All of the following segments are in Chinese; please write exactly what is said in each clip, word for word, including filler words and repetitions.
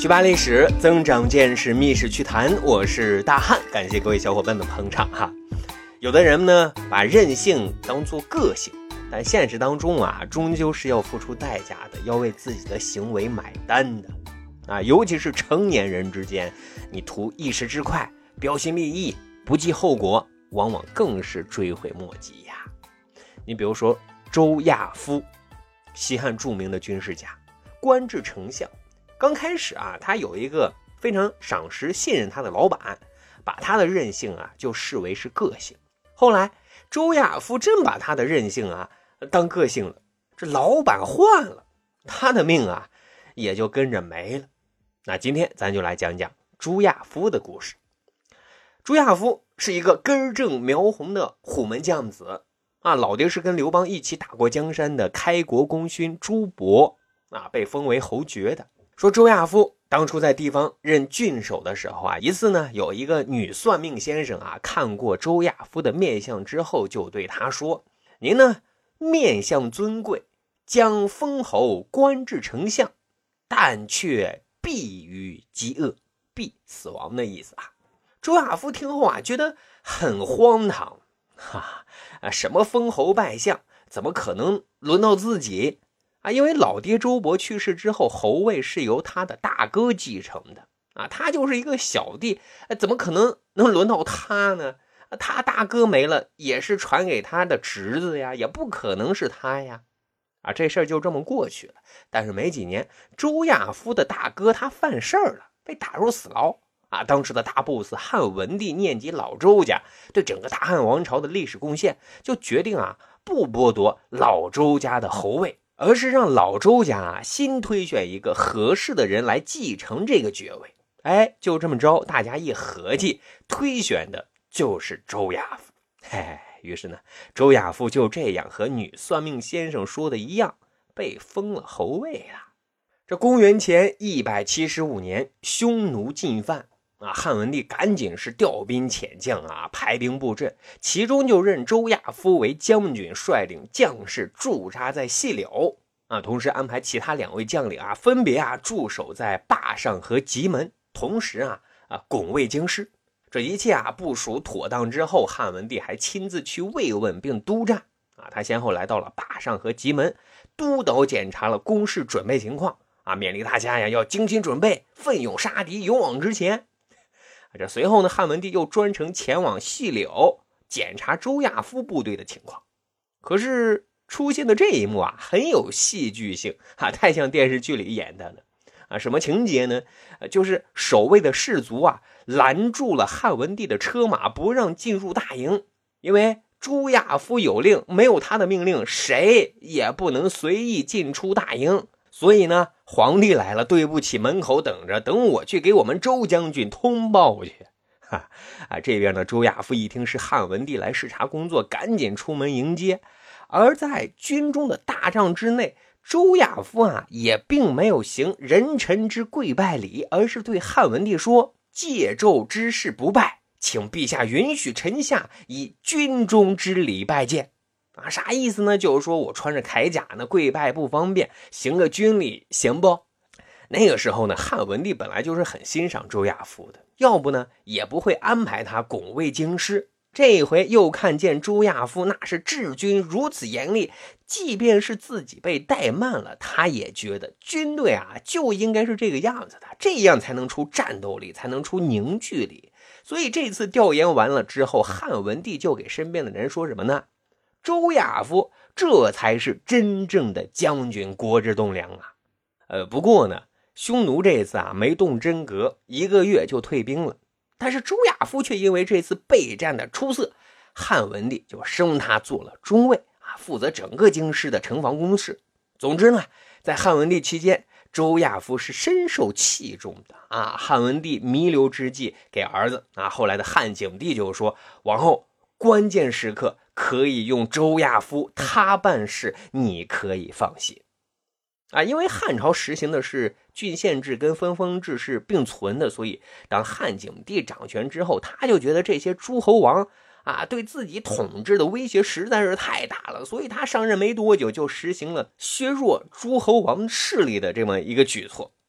学霸历史，增长见识，密室趣谈，我是大汉，感谢各位小伙伴的捧场哈。有的人呢，把任性当作个性，但现实当中啊，终究是要付出代价的，要为自己的行为买单的啊。尤其是成年人之间，你图一时之快，标新立异，不计后果，往往更是追悔莫及呀。你比如说周亚夫，西汉著名的军事家，官至丞相。刚开始啊，他有一个非常赏识信任他的老板，把他的任性啊就视为是个性。后来周亚夫真把他的任性啊当个性了，这老板换了，他的命啊也就跟着没了。那今天咱就来讲讲朱亚夫的故事。朱亚夫是一个根正苗红的虎门将子啊，老爹是跟刘邦一起打过江山的开国功勋朱伯啊，被封为侯爵的。说周亚夫当初在地方任郡守的时候啊，一次呢，有一个女算命先生啊，看过周亚夫的面相之后，就对他说：“您呢，面相尊贵，将封侯，官至丞相，但却必于饥饿，必死亡的意思啊。”周亚夫听后啊，觉得很荒唐，哈啊，什么封侯拜相，怎么可能轮到自己？啊，因为老爹周勃去世之后，侯位是由他的大哥继承的啊，他就是一个小弟，怎么可能能轮到他呢？他大哥没了，也是传给他的侄子呀，也不可能是他呀。啊，这事儿就这么过去了。但是没几年，周亚夫的大哥他犯事儿了，被打入死牢啊。当时的大 boss 汉文帝念及老周家对整个大汉王朝的历史贡献，就决定啊不剥夺老周家的侯位，而是让老周家啊新推选一个合适的人来继承这个爵位。哎，就这么着，大家一合计，推选的就是周亚夫。嘿，于是呢，周亚夫就这样和女算命先生说的一样，被封了侯位了。这公元前一百七十五年，匈奴进犯啊，汉文帝赶紧是调兵遣将啊，排兵布阵，其中就任周亚夫为将军，率领将士驻扎在细柳啊，同时安排其他两位将领啊，分别啊驻守在坝上和棘门，同时啊啊拱卫京师。这一切啊部署妥当之后，汉文帝还亲自去慰问并督战啊，他先后来到了坝上和棘门，督导检查了攻势准备情况啊，勉励大家呀要精心准备，奋勇杀敌，勇往直前。这随后呢，汉文帝又专程前往细柳检查周亚夫部队的情况。可是出现的这一幕啊，很有戏剧性啊，太像电视剧里演的了啊！什么情节呢？就是守卫的士卒啊，拦住了汉文帝的车马，不让进入大营，因为朱亚夫有令，没有他的命令，谁也不能随意进出大营。所以呢，皇帝来了，对不起，门口等着，等我去给我们周将军通报去。哈啊，这边呢，周亚夫一听是汉文帝来视察工作，赶紧出门迎接。而在军中的大帐之内，周亚夫啊也并没有行人臣之跪拜礼，而是对汉文帝说：“借胄之事不拜，请陛下允许臣下以军中之礼拜见。”啊，啥意思呢？就是说我穿着铠甲呢，跪拜不方便，行个军礼行不？那个时候呢，汉文帝本来就是很欣赏周亚夫的，要不呢也不会安排他拱卫京师。这一回又看见周亚夫那是治军如此严厉，即便是自己被怠慢了，他也觉得军队啊就应该是这个样子的，这样才能出战斗力，才能出凝聚力。所以这次调研完了之后，汉文帝就给身边的人说什么呢？周亚夫这才是真正的将军，国之栋梁啊！呃，不过呢，匈奴这次啊没动真格，一个月就退兵了。但是周亚夫却因为这次备战的出色，汉文帝就升他做了中尉啊，负责整个京师的城防工事。总之呢，在汉文帝期间，周亚夫是深受器重的啊。汉文帝弥留之际给儿子啊，后来的汉景帝就说，往后关键时刻可以用周亚夫，他办事你可以放心啊。因为汉朝实行的是郡县制跟分封制是并存的，所以当汉景帝掌权之后，他就觉得这些诸侯王啊对自己统治的威胁实在是太大了，所以他上任没多久就实行了削弱诸侯王势力的这么一个举措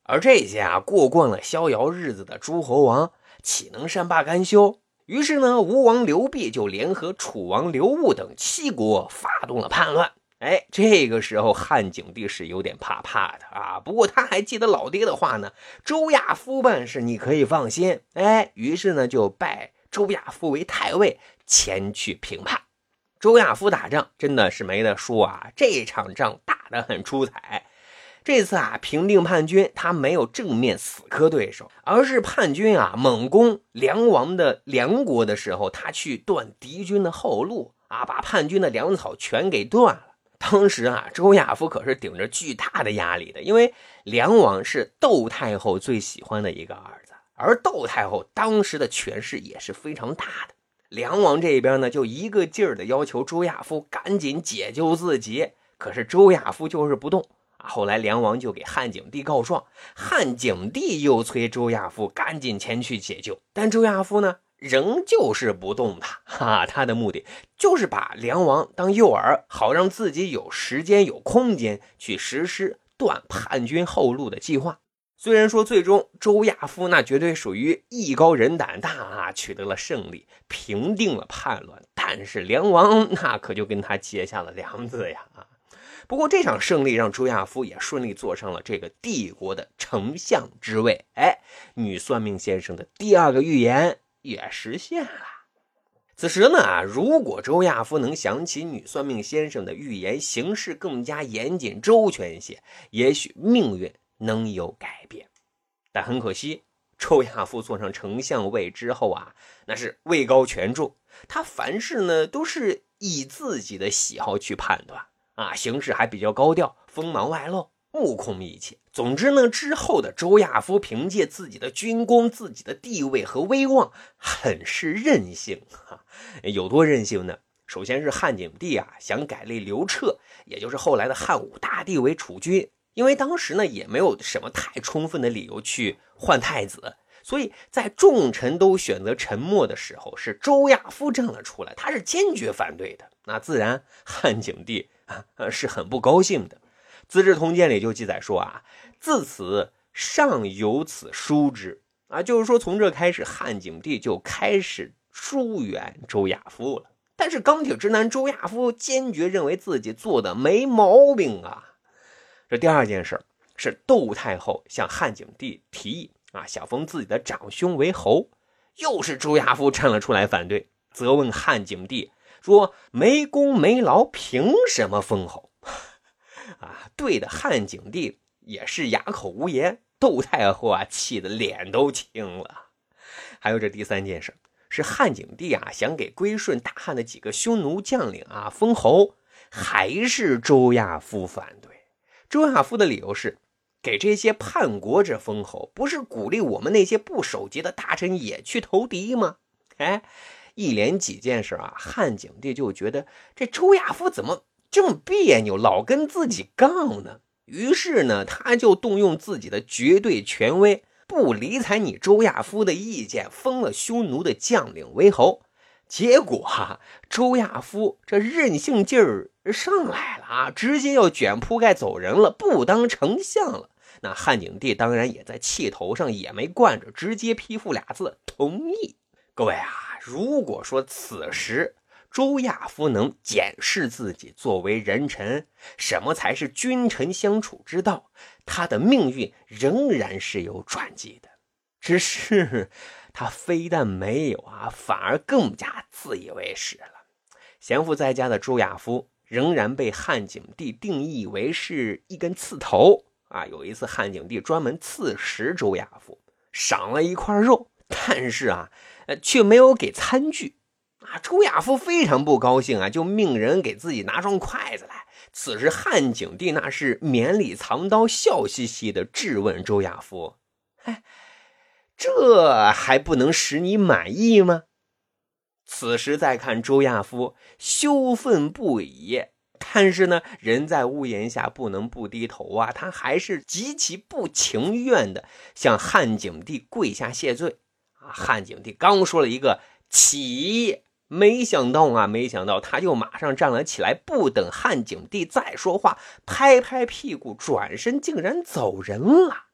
而这些啊过惯了逍遥日子的诸侯王岂能善罢甘休？于是呢，吴王刘濞就联合楚王刘戊等七国发动了叛乱。哎，这个时候汉景帝是有点怕怕的啊，不过他还记得老爹的话呢，周亚夫办事你可以放心。哎，于是呢就拜周亚夫为太尉，前去平叛。周亚夫打仗真的是没得说啊，这场仗打得很出彩。这次啊平定叛军，他没有正面死磕对手，而是叛军啊猛攻梁王的梁国的时候，他去断敌军的后路啊，把叛军的粮草全给断了。当时啊周亚夫可是顶着巨大的压力的，因为梁王是窦太后最喜欢的一个儿子，而窦太后当时的权势也是非常大的。梁王这边呢就一个劲儿的要求周亚夫赶紧解救自己，可是周亚夫就是不动。后来梁王就给汉景帝告状，汉景帝又催周亚夫赶紧前去解救，但周亚夫呢仍旧是不动的哈，他的目的就是把梁王当诱饵，好让自己有时间有空间去实施断叛军后路的计划。虽然说最终周亚夫那绝对属于艺高人胆大啊，取得了胜利，平定了叛乱，但是梁王那可就跟他结下了梁子呀。不过这场胜利让周亚夫也顺利坐上了这个帝国的丞相之位。哎，女算命先生的第二个预言也实现了。此时呢，如果周亚夫能想起女算命先生的预言，行事更加严谨周全些，也许命运能有改变。但很可惜，周亚夫坐上丞相位之后啊，那是位高权重，他凡事呢都是以自己的喜好去判断啊，行事还比较高调，锋芒外露，目空一切。总之呢，之后的周亚夫凭借自己的军功、自己的地位和威望，很是任性啊。有多任性呢？首先是汉景帝啊，想改立刘彻，也就是后来的汉武大帝为储君，因为当时呢也没有什么太充分的理由去换太子，所以在众臣都选择沉默的时候，是周亚夫站了出来，他是坚决反对的。那自然汉景帝啊是很不高兴的。资治通鉴里就记载说啊，自此尚有此疏之啊，就是说从这开始，汉景帝就开始疏远周亚夫了。但是钢铁直男周亚夫坚决认为自己做的没毛病啊。这第二件事是窦太后向汉景帝提议啊，想封自己的长兄为侯，又是周亚夫站了出来反对，责问汉景帝说没功没劳，凭什么封侯啊？对的，汉景帝也是哑口无言，窦太后啊气得脸都青了。还有这第三件事是汉景帝啊想给归顺大汉的几个匈奴将领啊封侯，还是周亚夫反对。周亚夫的理由是，给这些叛国者封侯，不是鼓励我们那些不守节的大臣也去投敌吗？哎，一连几件事啊，汉景帝就觉得这周亚夫怎么这么别扭，老跟自己杠呢？于是呢，他就动用自己的绝对权威，不理睬你周亚夫的意见，封了匈奴的将领为侯。结果啊，周亚夫这任性劲儿上来了啊，直接要卷铺盖走人了，不当丞相了。那汉景帝当然也在气头上，也没惯着，直接批复俩字，同意。各位啊，如果说此时周亚夫能检视自己作为人臣，什么才是君臣相处之道，他的命运仍然是有转机的。只是他非但没有啊，反而更加自以为是了。闲赋在家的周亚夫仍然被汉景帝定义为是一根刺头啊。有一次汉景帝专门刺食周亚夫，赏了一块肉，但是啊呃，却没有给餐具啊。周亚夫非常不高兴啊，就命人给自己拿双筷子来。此时汉景帝那是绵里藏刀，笑嘻嘻的质问周亚夫，哎，这还不能使你满意吗？此时再看周亚夫羞愤不已，但是呢，人在屋檐下不能不低头啊，他还是极其不情愿的向汉景帝跪下谢罪啊。汉景帝刚说了一个起，没想到啊，没想到他就马上站了起来，不等汉景帝再说话，拍拍屁股转身竟然走人了。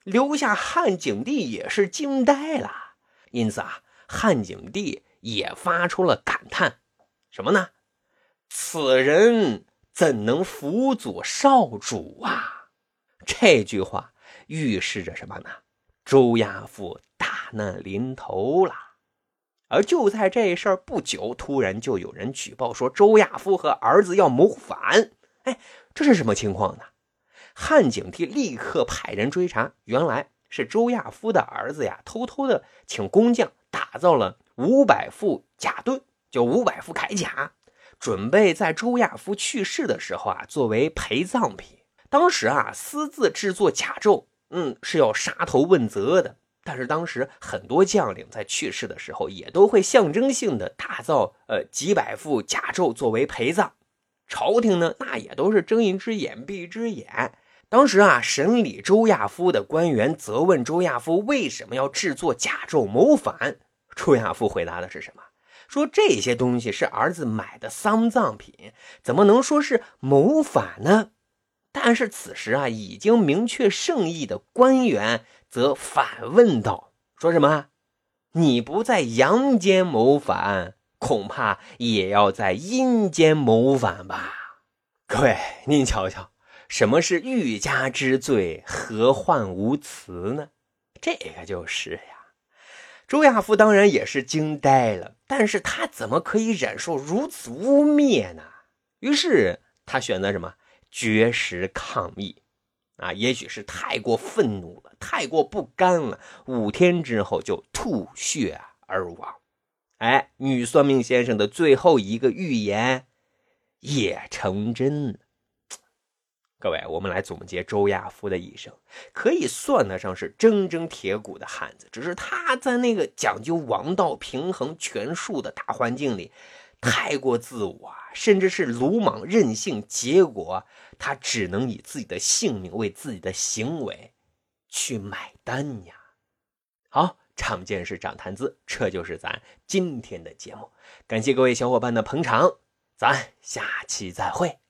留下汉景帝也是惊呆了。因此啊，汉景帝也发出了感叹，什么呢？此人怎能辅佐少主啊？这句话预示着什么呢？周亚夫大难临头了。而就在这事儿不久，突然就有人举报说周亚夫和儿子要谋反。哎，这是什么情况呢？汉景帝立刻派人追查，原来是周亚夫的儿子呀，偷偷的请工匠打造了五百副甲盾，就五百副铠甲，准备在周亚夫去世的时候啊，作为陪葬品。当时啊，私自制作甲胄，嗯，是要杀头问责的。但是当时很多将领在去世的时候，也都会象征性的打造呃几百副甲胄作为陪葬。朝廷呢，那也都是睁一只眼闭一只眼。当时啊，审理周亚夫的官员责问周亚夫为什么要制作甲胄谋反。周亚夫回答的是什么？说这些东西是儿子买的丧葬品，怎么能说是谋反呢？但是此时啊，已经明确圣意的官员则反问道，说什么？你不在阳间谋反，恐怕也要在阴间谋反吧？各位，您瞧瞧，什么是欲加之罪，何患无辞呢？这个就是呀。周亚夫当然也是惊呆了，但是他怎么可以忍受如此污蔑呢？于是他选择什么？绝食抗议啊！也许是太过愤怒了，太过不甘了，五天之后就吐血而亡。哎，女算命先生的最后一个预言也成真了。各位，我们来总结周亚夫的一生，可以算得上是铮铮铁骨的汉子，只是他在那个讲究王道平衡权术的大环境里太过自我，甚至是鲁莽任性，结果他只能以自己的性命为自己的行为去买单呀。好，长见识长谈资，这就是咱今天的节目，感谢各位小伙伴的捧场，咱下期再会。